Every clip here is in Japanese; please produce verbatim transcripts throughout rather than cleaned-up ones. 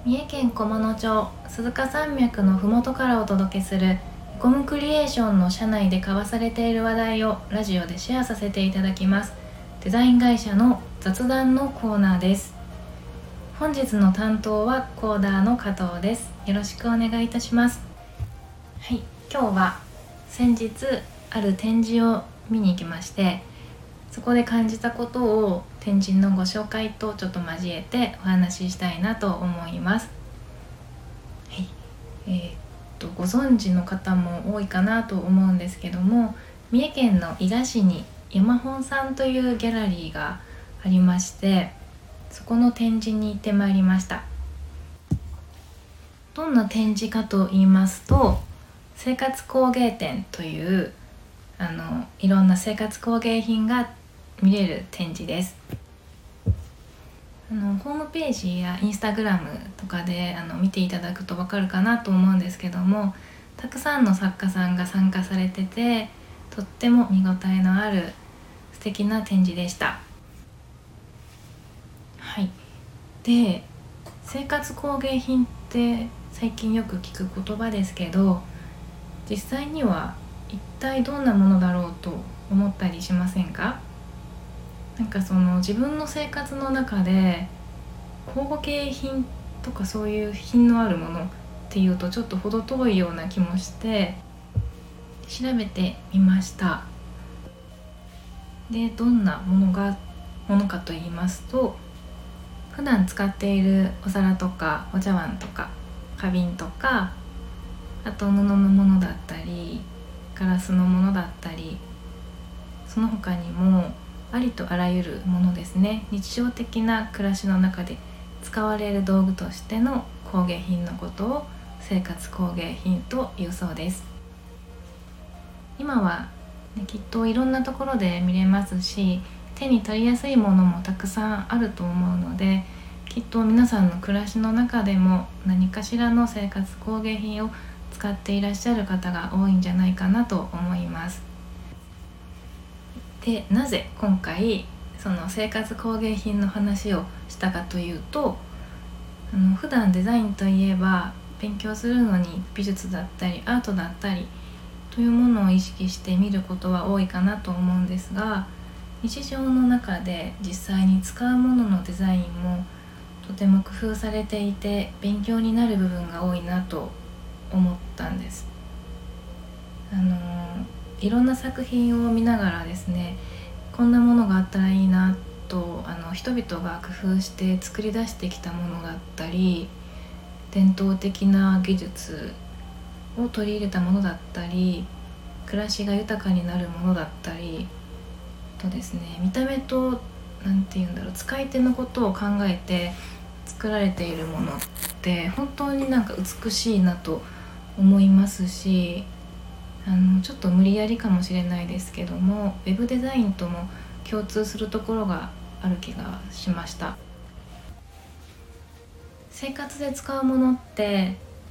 三重県菰野町鈴鹿山脈のふもとからお届けするエコムクリエーションの社内で交わされている話題をラジオでシェアさせていただきます。デザイン会社の雑談のコーナーです。本日の担当はコーダーの加藤です。よろしくお願いいたします。はい、今日は先日ある展示を見に行きまして、そこで感じたことを展示のご紹介とちょっと交えてお話ししたいなと思います。はい、えー、っとご存知の方も多いかなと思うんですけども、三重県の伊賀市に山本さんというギャラリーがありまして、そこの展示に行ってまいりました。どんな展示かと言いますと、生活工芸展というあのいろんな生活工芸品が見れる展示です。あのホームページやインスタグラムとかであの見ていただくと分かるかなと思うんですけども、たくさんの作家さんが参加されてて、とっても見応えのある素敵な展示でした。はい、で生活工芸品って最近よく聞く言葉ですけど、実際には一体どんなものだろうと思ったりしませんか？なんかその自分の生活の中で工芸品とかそういう品のあるものっていうとちょっと程遠いような気もして調べてみました。でどんなものがものかと言いますと、普段使っているお皿とかお茶碗とか花瓶とか、あと布のものだったりガラスのものだったり、その他にもありとあらゆるものですね。日常的な暮らしの中で使われる道具としての工芸品のことを生活工芸品というそうです。今は、ね、きっといろんなところで見れますし、手に取りやすいものもたくさんあると思うので、きっと皆さんの暮らしの中でも何かしらの生活工芸品を使っていらっしゃる方が多いんじゃないかなと思います。でなぜ今回その生活工芸品の話をしたかというと、あの普段デザインといえば勉強するのに美術だったりアートだったりというものを意識して見ることは多いかなと思うんですが、日常の中で実際に使うもののデザインもとても工夫されていて勉強になる部分が多いなと思ったんです。あのいろんな作品を見ながらですね、こんなものがあったらいいなとあの人々が工夫して作り出してきたものだったり、伝統的な技術を取り入れたものだったり、暮らしが豊かになるものだったりとですね、見た目となんていうんだろう、使い手のことを考えて作られているものって本当になんか美しいなと思いますし、あのちょっと無理やりかもしれないですけども、ウェブデザインとも共通するところがある気がしました。生活で使うものって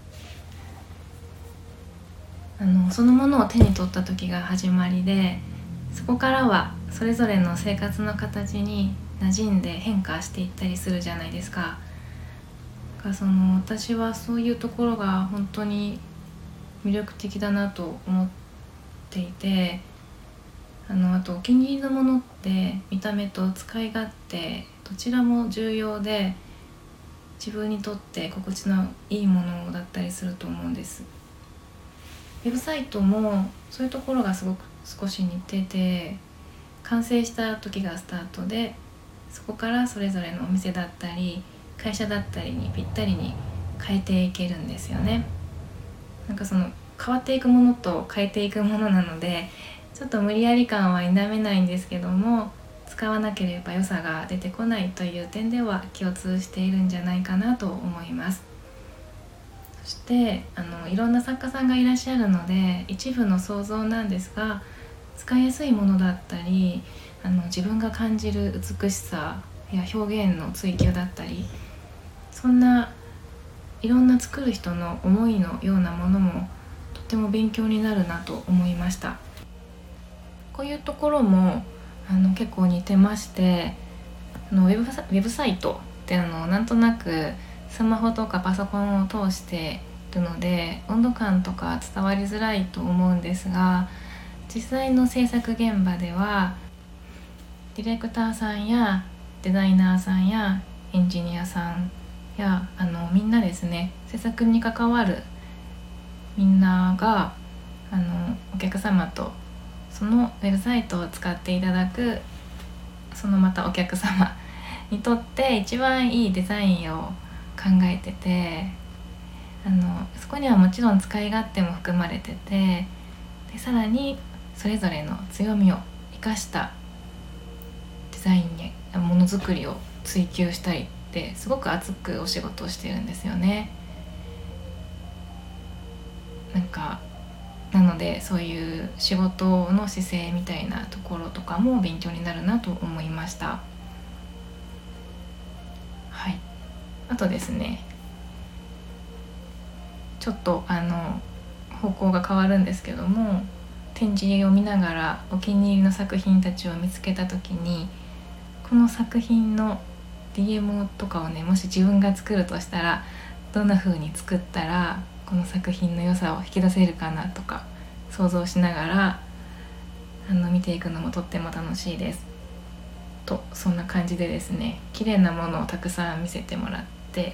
あのそのものを手に取った時が始まりで、そこからはそれぞれの生活の形に馴染んで変化していったりするじゃないですか。だからその私はそういうところが本当に魅力的だなと思っていて、あのあとお気に入りのものって見た目と使い勝手どちらも重要で、自分にとって心地のいいものだったりすると思うんです。ウェブサイトもそういうところがすごく少し似てて、完成した時がスタートで、そこからそれぞれのお店だったり会社だったりにぴったりに変えていけるんですよね。なんかその変わっていくものと変えていくものなので、ちょっと無理やり感は否めないんですけども、使わなければ良さが出てこないという点では共通しているんじゃないかなと思います。そしてあのいろんな作家さんがいらっしゃるので、一部の想像なんですが、使いやすいものだったり、あの自分が感じる美しさや表現の追求だったり、そんないろんな作る人の思いのようなものもとても勉強になるなと思いました。こういうところもあの結構似てまして、あのウェブサ、ウェブサイトってあのなんとなくスマホとかパソコンを通しているので温度感とか伝わりづらいと思うんですが、実際の制作現場ではディレクターさんやデザイナーさんやエンジニアさんやあのみんなですね、制作に関わるみんながあのお客様とそのウェブサイトを使っていただくそのまたお客様にとって一番いいデザインを考えてて、あのそこにはもちろん使い勝手も含まれてて、でさらにそれぞれの強みを生かしたデザインにものづくりを追求したりってすごく熱くお仕事をしてるんですよね。なんかなのでそういう仕事の姿勢みたいなところとかも勉強になるなと思いました。はい。あとですね、ちょっとあの方向が変わるんですけども、展示を見ながらお気に入りの作品たちを見つけた時に、この作品の ディーエム とかをね、もし自分が作るとしたらどんな風に作ったらこの作品の良さを引き出せるかなとか想像しながらあの見ていくのもとっても楽しいですと、そんな感じでですね、綺麗なものをたくさん見せてもらって、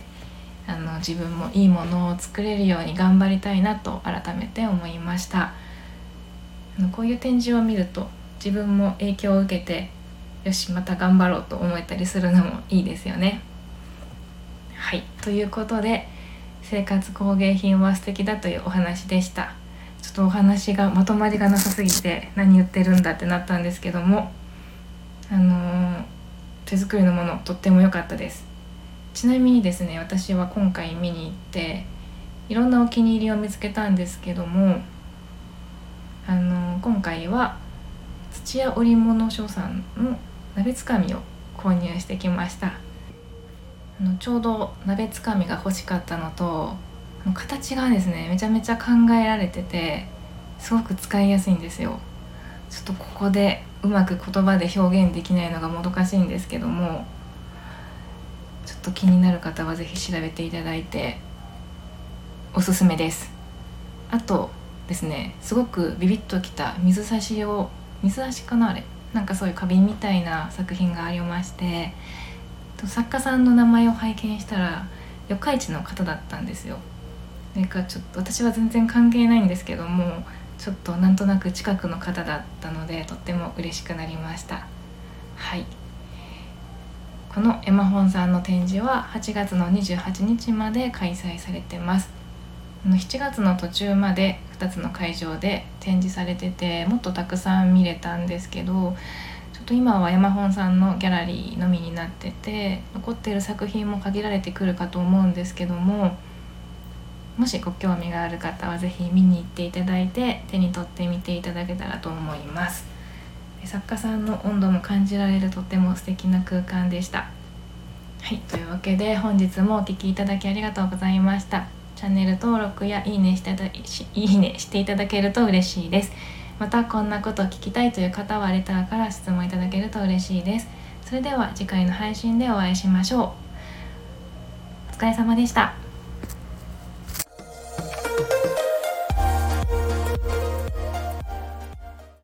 あの自分もいいものを作れるように頑張りたいなと改めて思いました。あのこういう展示を見ると自分も影響を受けて、よしまた頑張ろうと思えたりするのもいいですよね。はい、ということで生活工芸品は素敵だというお話でした。ちょっとお話がまとまりがなさすぎて何言ってるんだってなったんですけども、あのー、手作りのものとっても良かったです。ちなみにですね、私は今回見に行っていろんなお気に入りを見つけたんですけども、あのー、今回は土屋織物所さんの鍋つかみを購入してきました。あのちょうど鍋つかみが欲しかったのと、形がですねめちゃめちゃ考えられててすごく使いやすいんですよ。ちょっとここでうまく言葉で表現できないのがもどかしいんですけども、ちょっと気になる方はぜひ調べていただいておすすめです。あとですね、すごくビビッときた水差しを水差しかなあれなんかそういう花瓶みたいな作品がありまして、作家さんの名前を拝見したら四日市の方だったんですよ。なんかちょっと私は全然関係ないんですけども、ちょっとなんとなく近くの方だったのでとっても嬉しくなりました。はい、このエマホンさんの展示ははちがつのにじゅうはちにちまで開催されてます。しちがつの途中までふたつの会場で展示されてて、もっとたくさん見れたんですけど、ちょっと今はエマホンさんのギャラリーのみになってて、残っている作品も限られてくるかと思うんですけども、もしご興味がある方はぜひ見に行っていただいて手に取ってみていただけたらと思います。作家さんの温度も感じられるとても素敵な空間でした。はい、というわけで本日もお聞きいただきありがとうございました。チャンネル登録やいいねしていただいいねしていただけると嬉しいです。またこんなこと聞きたいという方はレターから質問いただけると嬉しいです。それでは次回の配信でお会いしましょう。お疲れ様でした。